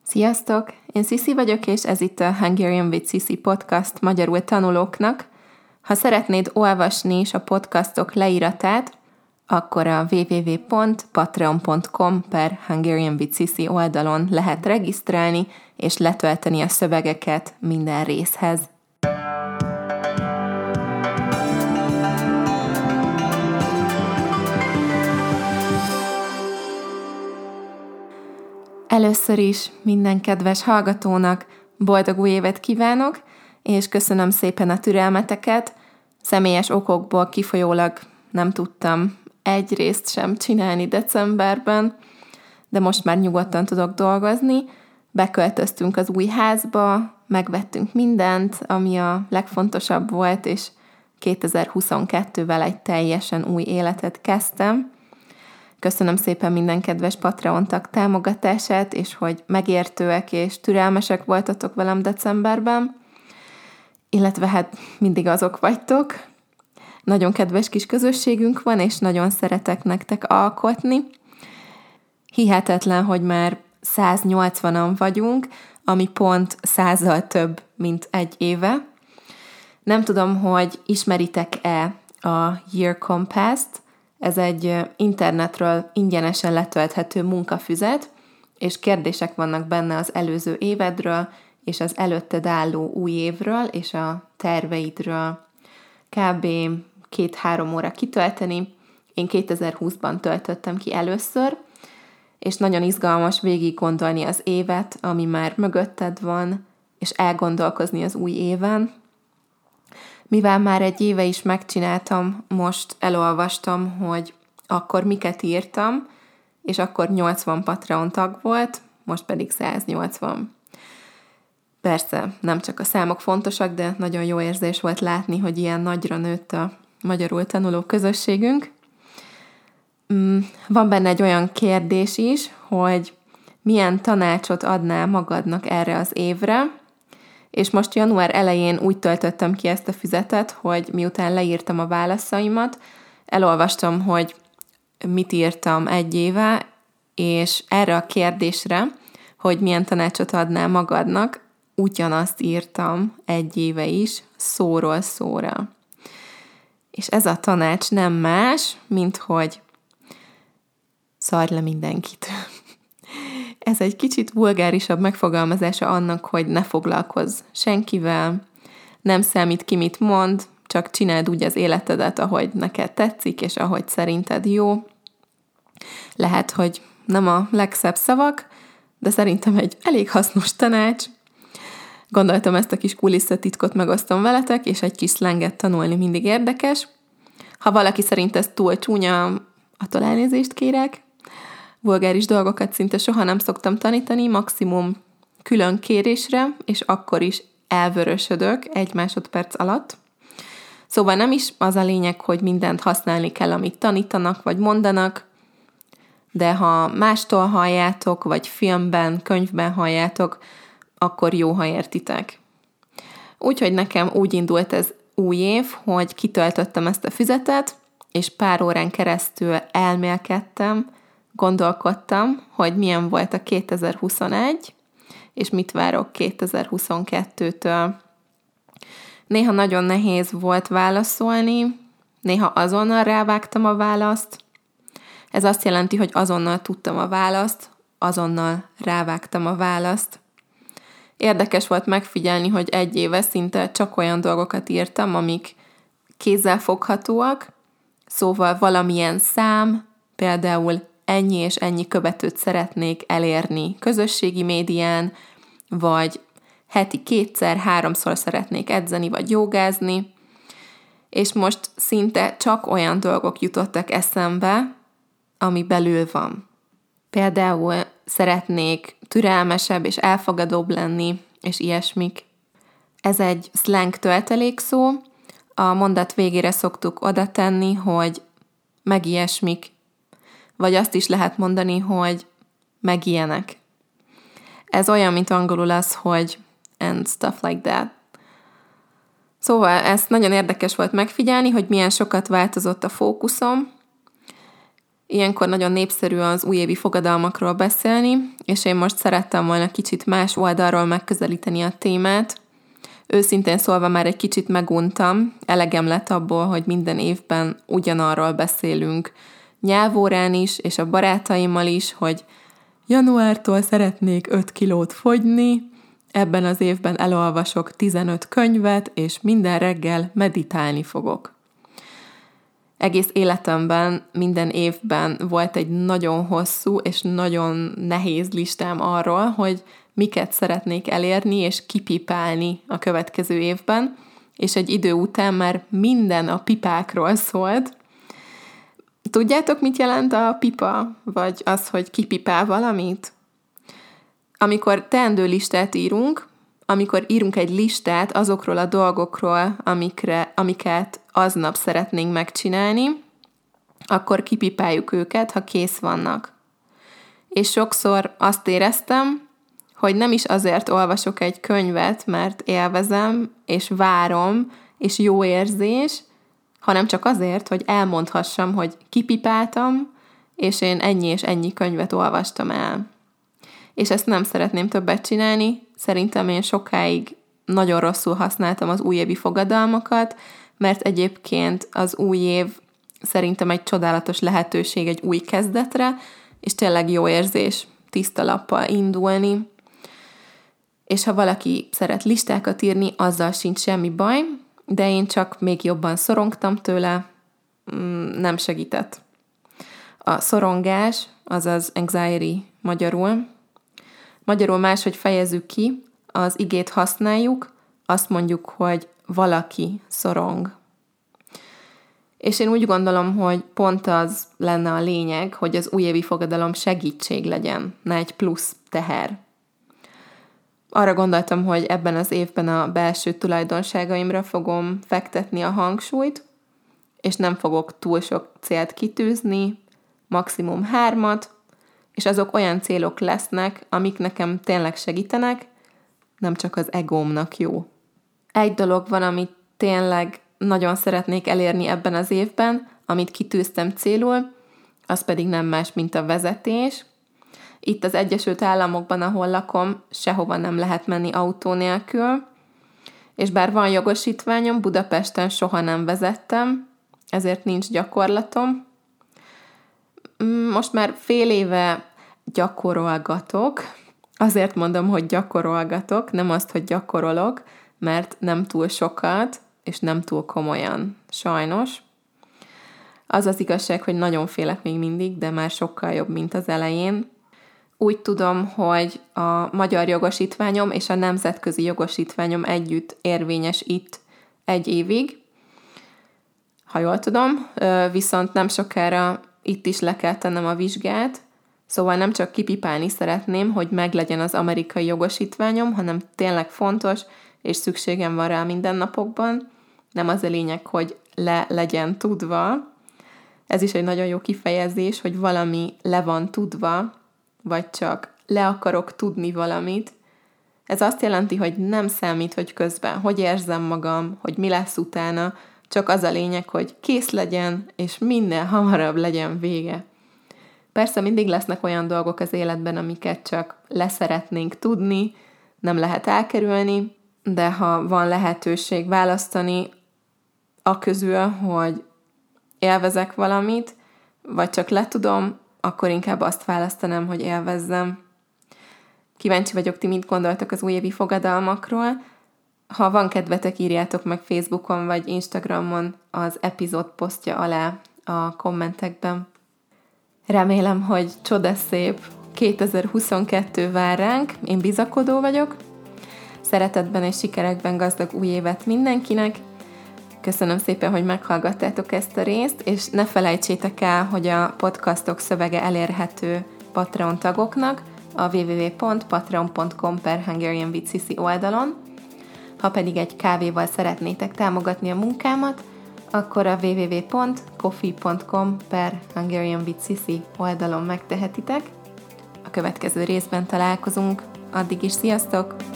Sziasztok! Én Cici vagyok, és ez itt a Hungarian with Cici podcast magyarul tanulóknak. Ha szeretnéd olvasni is a podcastok leíratát, akkor a www.patreon.com/HungarianWithCici oldalon lehet regisztrálni, és letölteni a szövegeket minden részhez. Először is minden kedves hallgatónak boldog új évet kívánok, és köszönöm szépen a türelmeteket. Személyes okokból kifolyólag nem tudtam egy részt sem csinálni decemberben, de most már nyugodtan tudok dolgozni. Beköltöztünk az új házba, megvettünk mindent, ami a legfontosabb volt, és 2022-vel egy teljesen új életet kezdtem. Köszönöm szépen minden kedves Patreon tag támogatását, és hogy megértőek és türelmesek voltatok velem decemberben, illetve hát mindig azok vagytok. Nagyon kedves kis közösségünk van, és nagyon szeretek nektek alkotni. Hihetetlen, hogy már 180-an vagyunk, ami pont 100-zal több, mint egy éve. Nem tudom, hogy ismeritek-e a Year Compass-t. Ez egy internetről ingyenesen letölthető munkafüzet, és kérdések vannak benne az előző évedről, és az előtted álló új évről, és a terveidről. Kb. 2-3 óra kitölteni. Én 2020-ban töltöttem ki először, és nagyon izgalmas végig gondolni az évet, ami már mögötted van, és elgondolkozni az új éven. Mivel már egy éve is megcsináltam, most elolvastam, hogy akkor miket írtam, és akkor 80 Patreon tag volt, most pedig 180. Persze, nem csak a számok fontosak, de nagyon jó érzés volt látni, hogy ilyen nagyra nőtt a magyarul tanuló közösségünk. Van benne egy olyan kérdés is, hogy milyen tanácsot adnál magadnak erre az évre, és most január elején úgy töltöttem ki ezt a füzetet, hogy miután leírtam a válaszaimat, elolvastam, hogy mit írtam egy éve, és erre a kérdésre, hogy milyen tanácsot adnál magadnak, ugyanazt írtam egy éve is, szóról szóra. És ez a tanács nem más, mint hogy szarj le mindenkit. Ez egy kicsit vulgárisabb megfogalmazása annak, hogy ne foglalkozz senkivel, nem számít ki mit mond, csak csináld úgy az életedet, ahogy neked tetszik, és ahogy szerinted jó. Lehet, hogy nem a legszebb szavak, de szerintem egy elég hasznos tanács. Gondoltam, ezt a kis kulisszatitkot megosztom veletek, és egy kis szlenget tanulni mindig érdekes. Ha valaki szerint ez túl csúnya, attól elnézést kérek. Vulgáris dolgokat szinte soha nem szoktam tanítani, maximum külön kérésre, és akkor is elvörösödök 1 másodperc alatt. Szóval nem is az a lényeg, hogy mindent használni kell, amit tanítanak vagy mondanak, de ha mástól halljátok, vagy filmben, könyvben halljátok, akkor jó, ha értitek. Úgyhogy nekem úgy indult ez új év, hogy kitöltöttem ezt a füzetet, és pár órán keresztül elmélkedtem, gondolkodtam, hogy milyen volt a 2021, és mit várok 2022-től. Néha nagyon nehéz volt válaszolni, néha azonnal rávágtam a választ. Ez azt jelenti, hogy azonnal tudtam a választ, azonnal rávágtam a választ. Érdekes volt megfigyelni, hogy egy éve szinte csak olyan dolgokat írtam, amik kézzelfoghatóak, szóval valamilyen szám, például ennyi és ennyi követőt szeretnék elérni közösségi médián, vagy heti 2-3-szor szeretnék edzeni vagy jogázni, és most szinte csak olyan dolgok jutottak eszembe, ami belül van. Például szeretnék türelmesebb és elfogadóbb lenni, és ilyesmik. Ez egy slang töltelékszó, a mondat végére szoktuk oda tenni, hogy meg ilyesmik, vagy azt is lehet mondani, hogy meg ilyenek. Ez olyan, mint angolul az, hogy and stuff like that. Szóval ezt nagyon érdekes volt megfigyelni, hogy milyen sokat változott a fókuszom, Ilyenkor nagyon népszerű az újévi fogadalmakról beszélni, és én most szerettem volna kicsit más oldalról megközelíteni a témát. Őszintén szólva már egy kicsit meguntam, elegem lett abból, hogy minden évben ugyanarról beszélünk. Nyelvórán is, és a barátaimmal is, hogy januártól szeretnék 5 kilót fogyni, ebben az évben elolvasok 15 könyvet, és minden reggel meditálni fogok. Egész életemben, minden évben volt egy nagyon hosszú és nagyon nehéz listám arról, hogy miket szeretnék elérni és kipipálni a következő évben, és egy idő után már minden a pipákról szólt. Tudjátok, mit jelent a pipa? Vagy az, hogy kipipál valamit? Amikor teendőlistát írunk, amikor írunk egy listát azokról a dolgokról, amiket aznap szeretnénk megcsinálni, akkor kipipáljuk őket, ha kész vannak. És sokszor azt éreztem, hogy nem is azért olvasok egy könyvet, mert élvezem, és várom, és jó érzés, hanem csak azért, hogy elmondhassam, hogy kipipáltam, és én ennyi és ennyi könyvet olvastam el. És ezt nem szeretném többet csinálni, szerintem én sokáig nagyon rosszul használtam az újévi fogadalmakat, mert egyébként az új év szerintem egy csodálatos lehetőség egy új kezdetre, és tényleg jó érzés tiszta lappal indulni. És ha valaki szeret listákat írni, azzal sincs semmi baj, de én csak még jobban szorongtam tőle, nem segített. A szorongás, azaz anxiety magyarul. Magyarul máshogy fejezzük ki, az igét használjuk, azt mondjuk, hogy valaki szorong. És én úgy gondolom, hogy pont az lenne a lényeg, hogy az újévi fogadalom segítség legyen, ne egy plusz teher. Arra gondoltam, hogy ebben az évben a belső tulajdonságaimra fogom fektetni a hangsúlyt, és nem fogok túl sok célt kitűzni, maximum 3, és azok olyan célok lesznek, amik nekem tényleg segítenek, nem csak az egómnak jó. Egy dolog van, amit tényleg nagyon szeretnék elérni ebben az évben, amit kitűztem célul, az pedig nem más, mint a vezetés. Itt az Egyesült Államokban, ahol lakom, sehova nem lehet menni autó nélkül, és bár van jogosítványom, Budapesten soha nem vezettem, ezért nincs gyakorlatom. Most már fél éve gyakorolgatok, azért mondom, hogy gyakorolgatok, nem azt, hogy gyakorolok, mert nem túl sokat, és nem túl komolyan, sajnos. Az az igazság, hogy nagyon félek még mindig, de már sokkal jobb, mint az elején. Úgy tudom, hogy a magyar jogosítványom és a nemzetközi jogosítványom együtt érvényes itt 1 évig, ha jól tudom, viszont nem sokára itt is le kell tennem a vizsgát, szóval nem csak kipipálni szeretném, hogy meglegyen az amerikai jogosítványom, hanem tényleg fontos, és szükségem van rá mindennapokban. Nem az a lényeg, hogy legyen tudva. Ez is egy nagyon jó kifejezés, hogy valami le van tudva, vagy csak le akarok tudni valamit. Ez azt jelenti, hogy nem számít, hogy közben hogy érzem magam, hogy mi lesz utána, csak az a lényeg, hogy kész legyen, és minél hamarabb legyen vége. Persze mindig lesznek olyan dolgok az életben, amiket csak leszeretnénk tudni, nem lehet elkerülni, de ha van lehetőség választani aközül, hogy élvezek valamit, vagy csak letudom, akkor inkább azt választanám, hogy élvezzem. Kíváncsi vagyok, ti mit gondoltak az újévi fogadalmakról. Ha van kedvetek, írjátok meg Facebookon vagy Instagramon az epizód posztja alá a kommentekben. Remélem, hogy csodaszép 2022 vár ránk, én bizakodó vagyok. Szeretetben és sikerekben gazdag új évet mindenkinek. Köszönöm szépen, hogy meghallgattátok ezt a részt, és ne felejtsétek el, hogy a podcastok szövege elérhető Patreon tagoknak a www.patreon.com/HungarianWithCici oldalon. Ha pedig egy kávéval szeretnétek támogatni a munkámat, akkor a www.coffee.com/HungarianWithCici oldalon megtehetitek. A következő részben találkozunk. Addig is sziasztok!